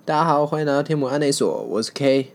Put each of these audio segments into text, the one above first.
大家好，欢迎来到天母安内所，我是 K。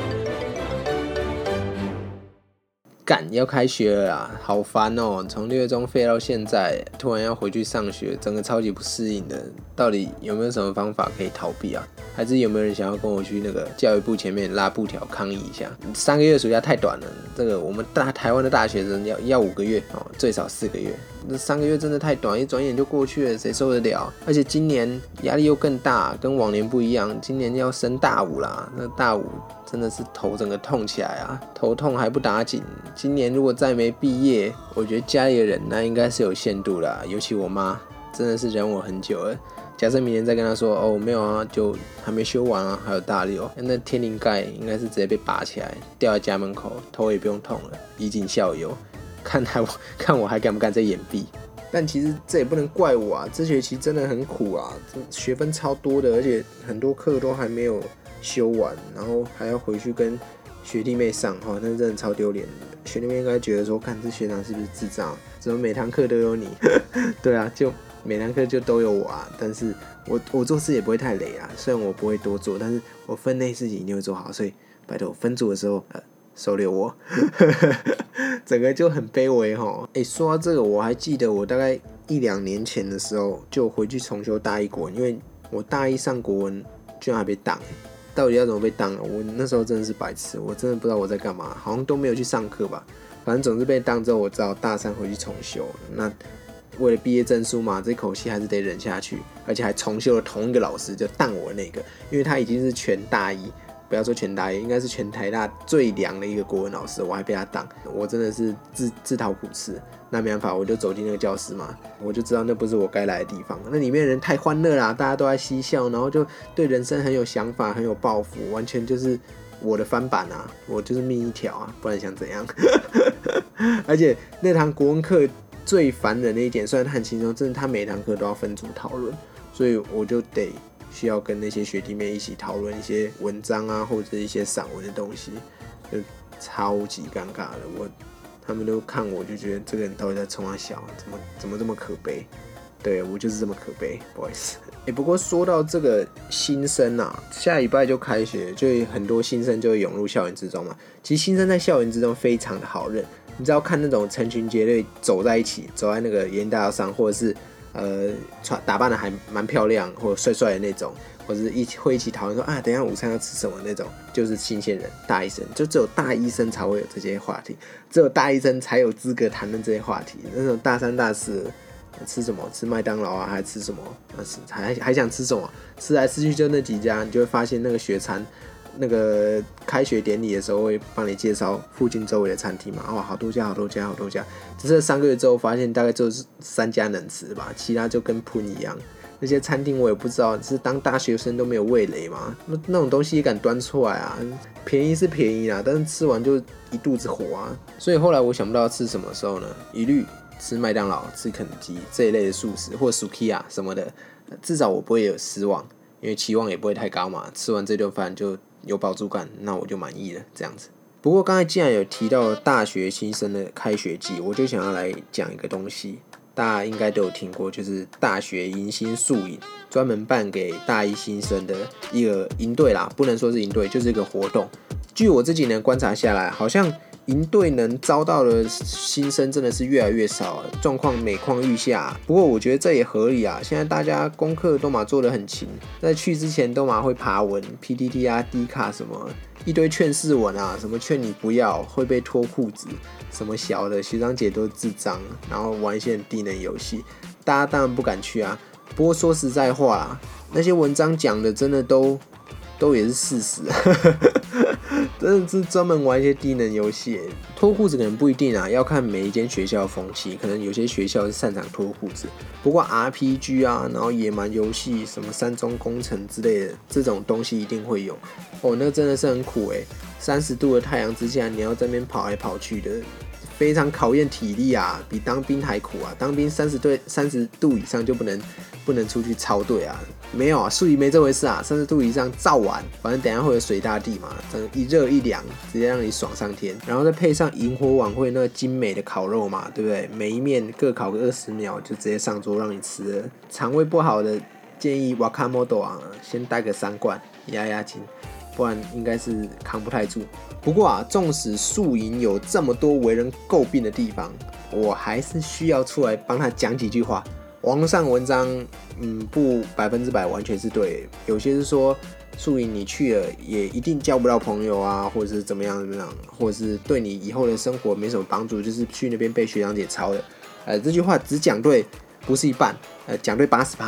干，要开学了啦，好烦哦！从6月中废到现在，突然要回去上学，整个超级不适应的。到底有没有什么方法可以逃避啊？还是有没有人想要跟我去那个教育部前面拉布条抗议一下？3个月暑假太短了，这个我们台湾的大学生要5个月哦，最少4个月。这3个月真的太短，一转眼就过去了，谁受得了？而且今年压力又更大，跟往年不一样，今年要升大5啦。那大5真的是头整个痛起来啊，头痛还不打紧。今年如果再没毕业，我觉得家里的忍耐应该是有限度啦，尤其我妈真的是忍我很久了。假设明年再跟她说哦没有啊，就还没修完啊，还有大6，那天灵盖应该是直接被拔起来，掉在家门口，头也不用痛了，以儆效尤。看我还敢不敢再延毕？但其实这也不能怪我啊，这学期真的很苦啊，学分超多的，而且很多课都还没有修完，然后还要回去跟学弟妹上，那真的超丢脸的。学弟妹应该觉得说，看这学长是不是智障？怎么每堂课都有你？对啊，就每堂课就都有我啊。但是我做事也不会太累啊，虽然我不会多做，但是我分内事情一定会做好，所以拜托分组的时候收留我。整个就很卑微齁。说到这个，我还记得我大概1-2年前的时候就回去重修大1国文，因为我大1上国文居然还被当。到底要怎么被当了？我那时候真的是白痴，我真的不知道我在干嘛，好像都没有去上课吧。反正总之被当之后，我只好大3回去重修。那为了毕业证书嘛，这口气还是得忍下去，而且还重修了同一个老师，就当我那个，因为他已经是全大1。不要说全大1，应该是全台大最凉的一个国文老师，我还被他当，我真的是自讨苦吃。那没办法，我就走进那个教室嘛，我就知道那不是我该来的地方。那里面的人太欢乐啦，大家都在嬉笑，然后就对人生很有想法，很有抱负，完全就是我的翻版啊，我就是命一条啊，不然想怎样？而且那堂国文课最烦人的一点，虽然他很轻松，真的他每堂课都要分组讨论，所以我就得需要跟那些学弟妹一起讨论一些文章啊，或者一些散文的东西，就超级尴尬的。他们都看我就觉得这个人到底在冲他笑，怎么这么可悲？对，我就是这么可悲，不好意思。不过说到这个新生啊，下礼拜就开学，就很多新生就会涌入校园之中嘛。其实新生在校园之中非常的好认，你知道看那种成群结队走在一起，走在那个延大道上，或者是打扮的还蛮漂亮或者帅帅的那种，或者是会一起讨论说啊，等一下午餐要吃什么那种，就是新鲜人大1生，就只有大1生才会有这些话题，只有大1生才有资格谈论这些话题。那种大3、大4吃什么？吃麦当劳啊，还吃什么？还想吃什么？吃来吃去就那几家，你就会发现那个学餐。那个开学典礼的时候会帮你介绍附近周围的餐厅嘛，好多家。只是3个月之后发现大概就是3家能吃吧，其他就跟喷一样。那些餐厅我也不知道，是当大学生都没有味蕾吗？那种东西也敢端出来啊？便宜是便宜啦，但是吃完就一肚子火啊。所以后来我想不到吃什么时候呢，一律吃麦当劳、吃肯德基这一类的素食或 Sukiya 什么的，至少我不会有失望，因为期望也不会太高嘛。吃完这顿饭就有饱足感，那我就满意了，这样子。不过刚才既然有提到大学新生的开学季，我就想要来讲一个东西，大家应该都有听过，就是大学迎新宿营，专门办给大1新生的一个营队啦，不能说是营队，就是一个活动。据我这几年观察下来，好像营队能招到的新生真的是越来越少，状况每况愈下。不过我觉得这也合理啊，现在大家功课都做得很勤，在去之前都会爬文 PTT 啊 D 卡什么一堆劝世文啊，什么劝你不要会被脱裤子，什么小的学长姐都智障，然后玩一些很低能游戏，大家当然不敢去啊。不过说实在话啦，那些文章讲的真的都也是事实啊。真的是专门玩一些低能游戏，脱裤子可能不一定啊，要看每一间学校的风气，可能有些学校是擅长脱裤子。不过 RPG 啊，然后野蛮游戏，什么山中工程之类的这种东西一定会有。那真的是很苦30度的太阳之下，你要在那边跑来跑去的，非常考验体力啊，比当兵还苦啊！当兵30度以上就不能出去操队啊，没有啊，宿营没这回事啊，30度以上照玩，反正等一下会有水大地嘛，一热一凉，直接让你爽上天，然后再配上萤火晚会那个精美的烤肉嘛，对不对？每一面各烤个20秒就直接上桌让你吃了，肠胃不好的建议瓦卡莫多啊先带个3罐压压惊，不然应该是扛不太住。不过啊，纵使宿营有这么多为人诟病的地方，我还是需要出来帮他讲几句话。网络上文章，不100%完全是对，有些是说宿营你去了也一定交不到朋友啊，或者是怎么样，或者是对你以后的生活没什么帮助，就是去那边被学长姐抄的。这句话只讲对不是一半，讲对80%，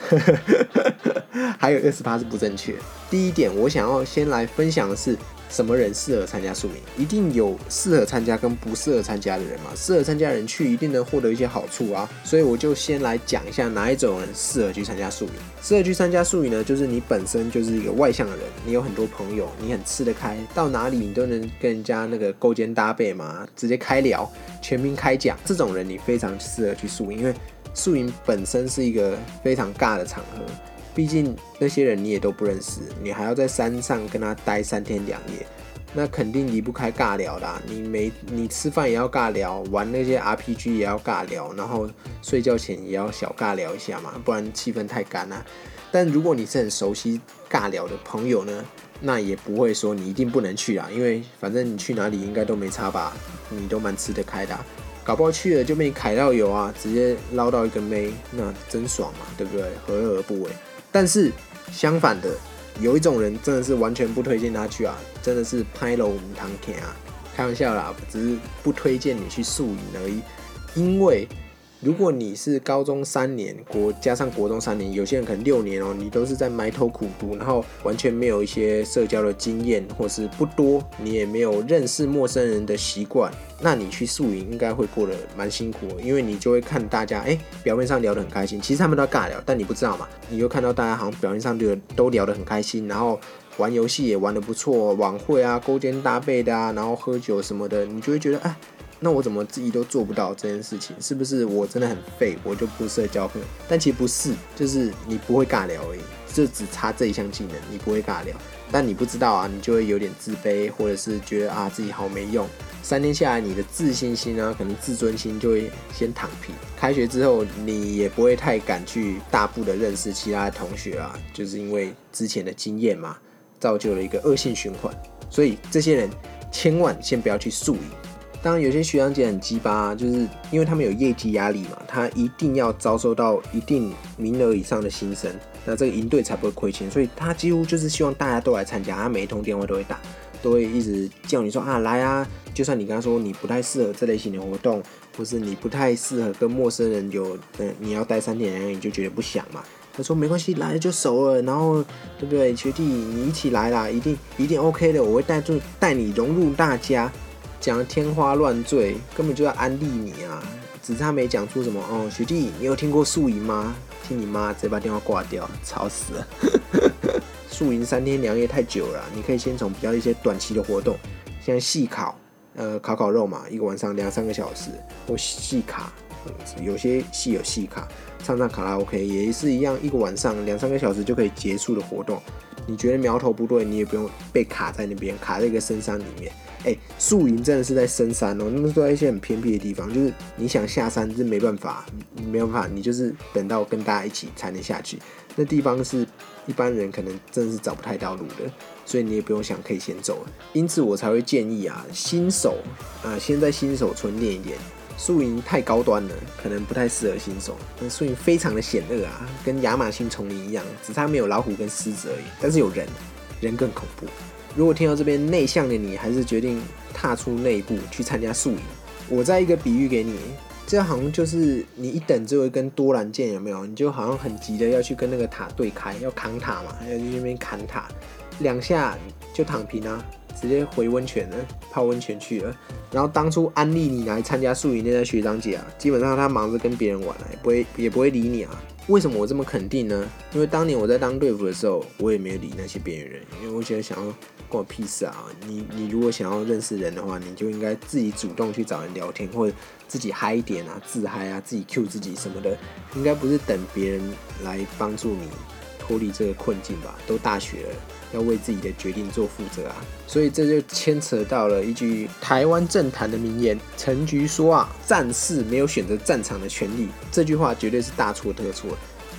还有20%是不正确。第一点，我想要先来分享的是，什么人适合参加宿营？一定有适合参加跟不适合参加的人嘛。适合参加的人去一定能获得一些好处啊，所以我就先来讲一下哪一种人适合去参加宿营。适合去参加宿营呢，就是你本身就是一个外向的人，你有很多朋友，你很吃得开，到哪里你都能跟人家那个勾肩搭背嘛，直接开聊，全民开讲。这种人你非常适合去宿营，因为宿营本身是一个非常尬的场合。毕竟那些人你也都不认识，你还要在山上跟他待3天2夜，那肯定离不开尬聊啦。你吃饭也要尬聊，玩那些 RPG 也要尬聊，然后睡觉前也要小尬聊一下嘛，不然气氛太干啦。但如果你是很熟悉尬聊的朋友呢，那也不会说你一定不能去啦，因为反正你去哪里应该都没差吧，你都蛮吃得开的搞不好去了就被你揩到油啊，直接捞到一个妹，那真爽嘛，对不对？何乐而不为？但是相反的，有一种人真的是完全不推荐他去啊，真的是拍楼唔堂看啊，开玩笑啦，只是不推荐你去宿营而已。因为如果你是高中3年，加上国中3年，有些人可能6年你都是在埋头苦读，然后完全没有一些社交的经验，或是不多，你也没有认识陌生人的习惯，那你去宿营应该会过得蛮辛苦的，因为你就会看大家，表面上聊得很开心，其实他们都尬聊，但你不知道嘛，你就看到大家好像表面上都聊得很开心，然后玩游戏也玩得不错，晚会啊，勾肩搭背的啊，然后喝酒什么的，你就会觉得那我怎么自己都做不到这件事情？是不是我真的很废，我就不适合交朋友？但其实不是，就是你不会尬聊而已，就只差这一项技能，你不会尬聊。但你不知道啊，你就会有点自卑，或者是觉得自己好没用。3天下来，你的自信心啊，可能自尊心就会先躺平。开学之后，你也不会太敢去大步的认识其他的同学啊，就是因为之前的经验嘛，造就了一个恶性循环。所以这些人千万先不要去宿营。当然有些学长姐很鸡巴就是因为他们有业绩压力嘛，他一定要招收到一定名额以上的新生，那这个营队才不会亏钱，所以他几乎就是希望大家都来参加，他每一通电话都会打，都会一直叫你说来啊，就算你跟他说你不太适合这类型的活动，或是你不太适合跟陌生人你要待3天2夜，你就觉得不想嘛，他说没关系，来了就熟了，然后对不对，学弟你一起来啦，一定 OK 的，我会带你融入大家。讲得天花乱坠，根本就在安利你啊！只是他没讲出什么学弟，你有听过宿营吗？听你妈，直接把电话挂掉，吵死了！宿营3天2夜太久了，你可以先从比较一些短期的活动，像细烤，烤肉嘛，一个晚上2-3个小时，或细卡，有些戏有细卡，唱卡拉 OK 也是一样，一个晚上2-3个小时就可以结束的活动。你觉得苗头不对，你也不用被卡在那边，卡在一个深山里面。宿营真的是在深山那么都在一些很偏僻的地方，就是你想下山是没办法，你就是等到跟大家一起才能下去。那地方是一般人可能真的是找不太到路的，所以你也不用想可以先走了。因此我才会建议新手先在新手村练一点。宿营太高端了，可能不太适合新手。那宿营非常的险恶跟亚马逊丛林一样，只差没有老虎跟狮子而已，但是有人更恐怖。如果听到这边内向的你，还是决定踏出那一步去参加宿营，我再一个比喻给你，这好像就是你一等只有一根多兰剑，有没有？你就好像很急的要去跟那个塔对开，要扛塔嘛，要去那边砍塔，2下就躺平直接回温泉了，泡温泉去了。然后当初安利你来参加宿营那些学长姐基本上他忙着跟别人玩也不会理你为什么我这么肯定呢？因为当年我在当队服的时候，我也没有理那些边缘人，因为我觉得想要关我屁事你如果想要认识人的话，你就应该自己主动去找人聊天，或者自己嗨一点自嗨自己 Q 自己什么的，应该不是等别人来帮助你脱离这个困境吧？都大学了，要为自己的决定做负责所以这就牵扯到了一句台湾政坛的名言，陈菊说战士没有选择战场的权利，这句话绝对是大错特错。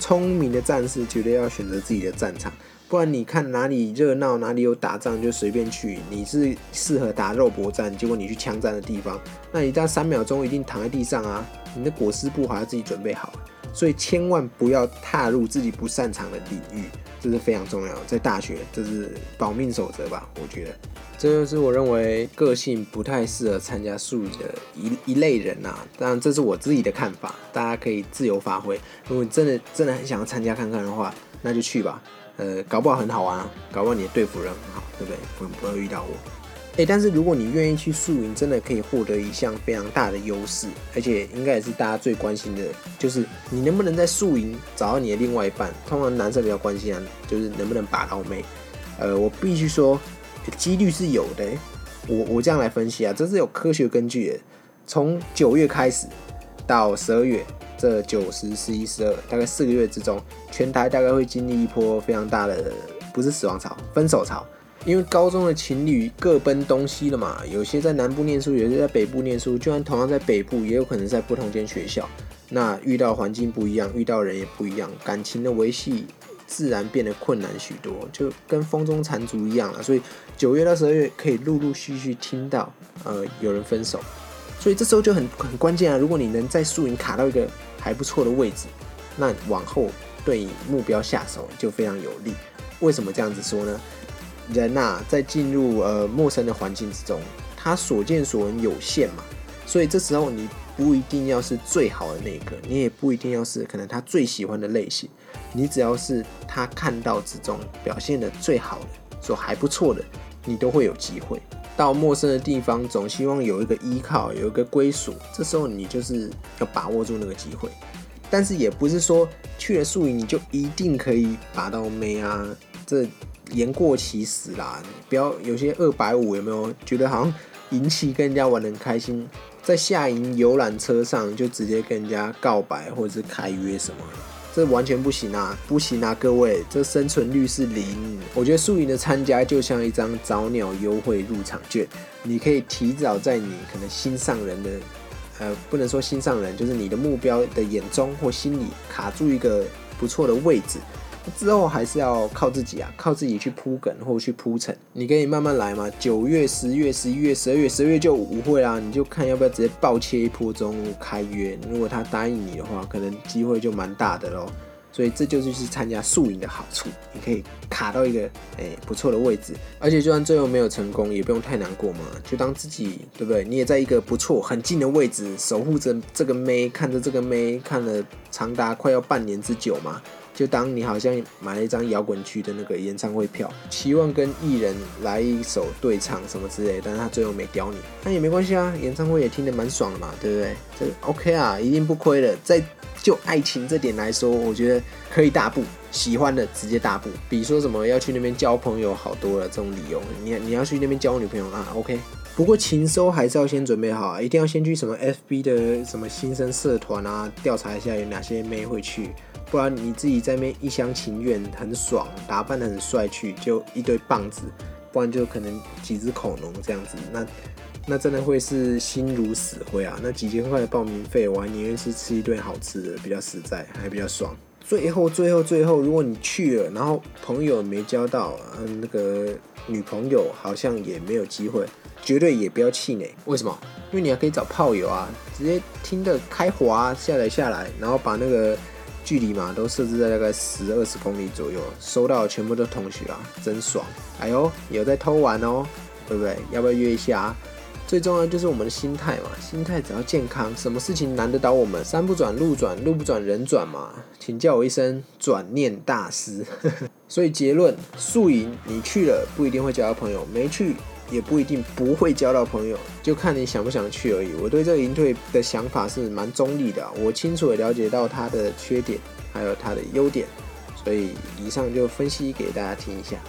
聪明的战士绝对要选择自己的战场，不然你看哪里热闹哪里有打仗就随便去。你是适合打肉搏战，结果你去枪战的地方，那你到3秒钟一定躺在地上啊！你的裹尸布还要自己准备好，所以千万不要踏入自己不擅长的领域，这是非常重要。在大学这是保命守则吧，我觉得。这就是我认为个性不太适合参加宿营的一类人啊，当然这是我自己的看法，大家可以自由发挥。如果你真的很想要参加看看的话，那就去吧。搞不好很好玩啊，搞不好你的队服人很好，对不对？不会遇到我。但是如果你愿意去宿营，真的可以获得一项非常大的优势，而且应该也是大家最关心的，就是你能不能在宿营找到你的另外一半。通常男生比较关心啊，就是能不能把到妹。我必须说，几率是有的。我这样来分析啊，这是有科学根据的。从9月开始到12月，这9、10、11、12，大概4个月之中，全台大概会经历一波非常大的，不是死亡潮，分手潮。因为高中的情侣各奔东西了嘛，有些在南部念书，有些在北部念书，就算同样在北部，也有可能在不同间学校。那遇到环境不一样，遇到人也不一样，感情的维系自然变得困难许多，就跟风中残烛一样了。所以9月到12月可以陆陆续续听到有人分手，所以这时候就很关键啊。如果你能在宿营卡到一个还不错的位置，那往后对你目标下手就非常有利。为什么这样子说呢？人啊，在进入陌生的环境之中，他所见所闻有限嘛，所以这时候你不一定要是最好的那个，你也不一定要是可能他最喜欢的类型，你只要是他看到之中表现的最好的，说还不错的，你都会有机会。到陌生的地方，总希望有一个依靠，有一个归属，这时候你就是要把握住那个机会。但是也不是说去了宿营你就一定可以把到妹啊，这言过其实啦。不要有些250有没有觉得好像营期跟人家玩得很开心，在下营游览车上就直接跟人家告白或者是开约什么，这完全不行啊，不行啊，各位，这生存率是0。我觉得宿营的参加就像一张早鸟优惠入场券，你可以提早在你可能心上人的不能说心上人，就是你的目标的眼中或心里卡住一个不错的位置，之后还是要靠自己啊，靠自己去铺梗或去铺陈。你可以慢慢来嘛，9月、10月、11月、12月，12月就舞会啦，你就看要不要直接爆切一波中开约。如果他答应你的话，可能机会就蛮大的咯。所以这就是参加宿营的好处，你可以卡到一个不错的位置，而且就算最后没有成功，也不用太难过嘛，就当自己对不对？你也在一个不错很近的位置，守护着这个妹，看着这个妹，看了长达快要半年之久嘛。就当你好像买了一张摇滚区的那个演唱会票，期望跟艺人来一首对唱什么之类的，但是他最后没屌你，那也没关系啊，演唱会也听得蛮爽的嘛，对不对？这 OK 啊，一定不亏的。在就爱情这点来说，我觉得可以大步，喜欢的直接大步。比说什么要去那边交朋友好多了这种理由，你要去那边交女朋友啊 ，OK。不过情收还是要先准备好啊，一定要先去什么 FB 的什么新生社团啊，调查一下有哪些妹会去。不然你自己在那边一厢情愿很爽，打扮得很帅去，就一堆棒子，不然就可能几只口农这样子，那真的会是心如死灰啊！那几千块的报名费，我还宁愿是吃一顿好吃的，比较实在，还比较爽。最后，如果你去了，然后朋友没交到，那个女朋友好像也没有机会，绝对也不要气馁。为什么？因为你还可以找炮友啊，直接听得开滑下来，然后把那个距离嘛都设置在大概10-20公里左右，收到的全部都同学啊，真爽！哎呦，有在偷玩哦，对不对？要不要约一下啊？最重要就是我们的心态嘛，心态只要健康，什么事情难得倒我们？山不转路转，路不转人转嘛，请叫我一声转念大师。所以结论，宿营你去了不一定会交到朋友，没去也不一定不会交到朋友，就看你想不想去而已。我对这个营队的想法是蛮中立的啊，我清楚的了解到它的缺点，还有它的优点，所以以上就分析给大家听一下。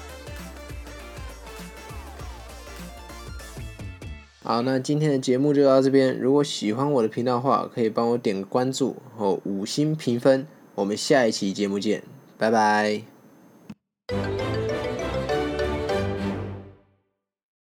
好，那今天的节目就到这边。如果喜欢我的频道的话，可以帮我点个关注和5星评分。我们下一期节目见，拜拜。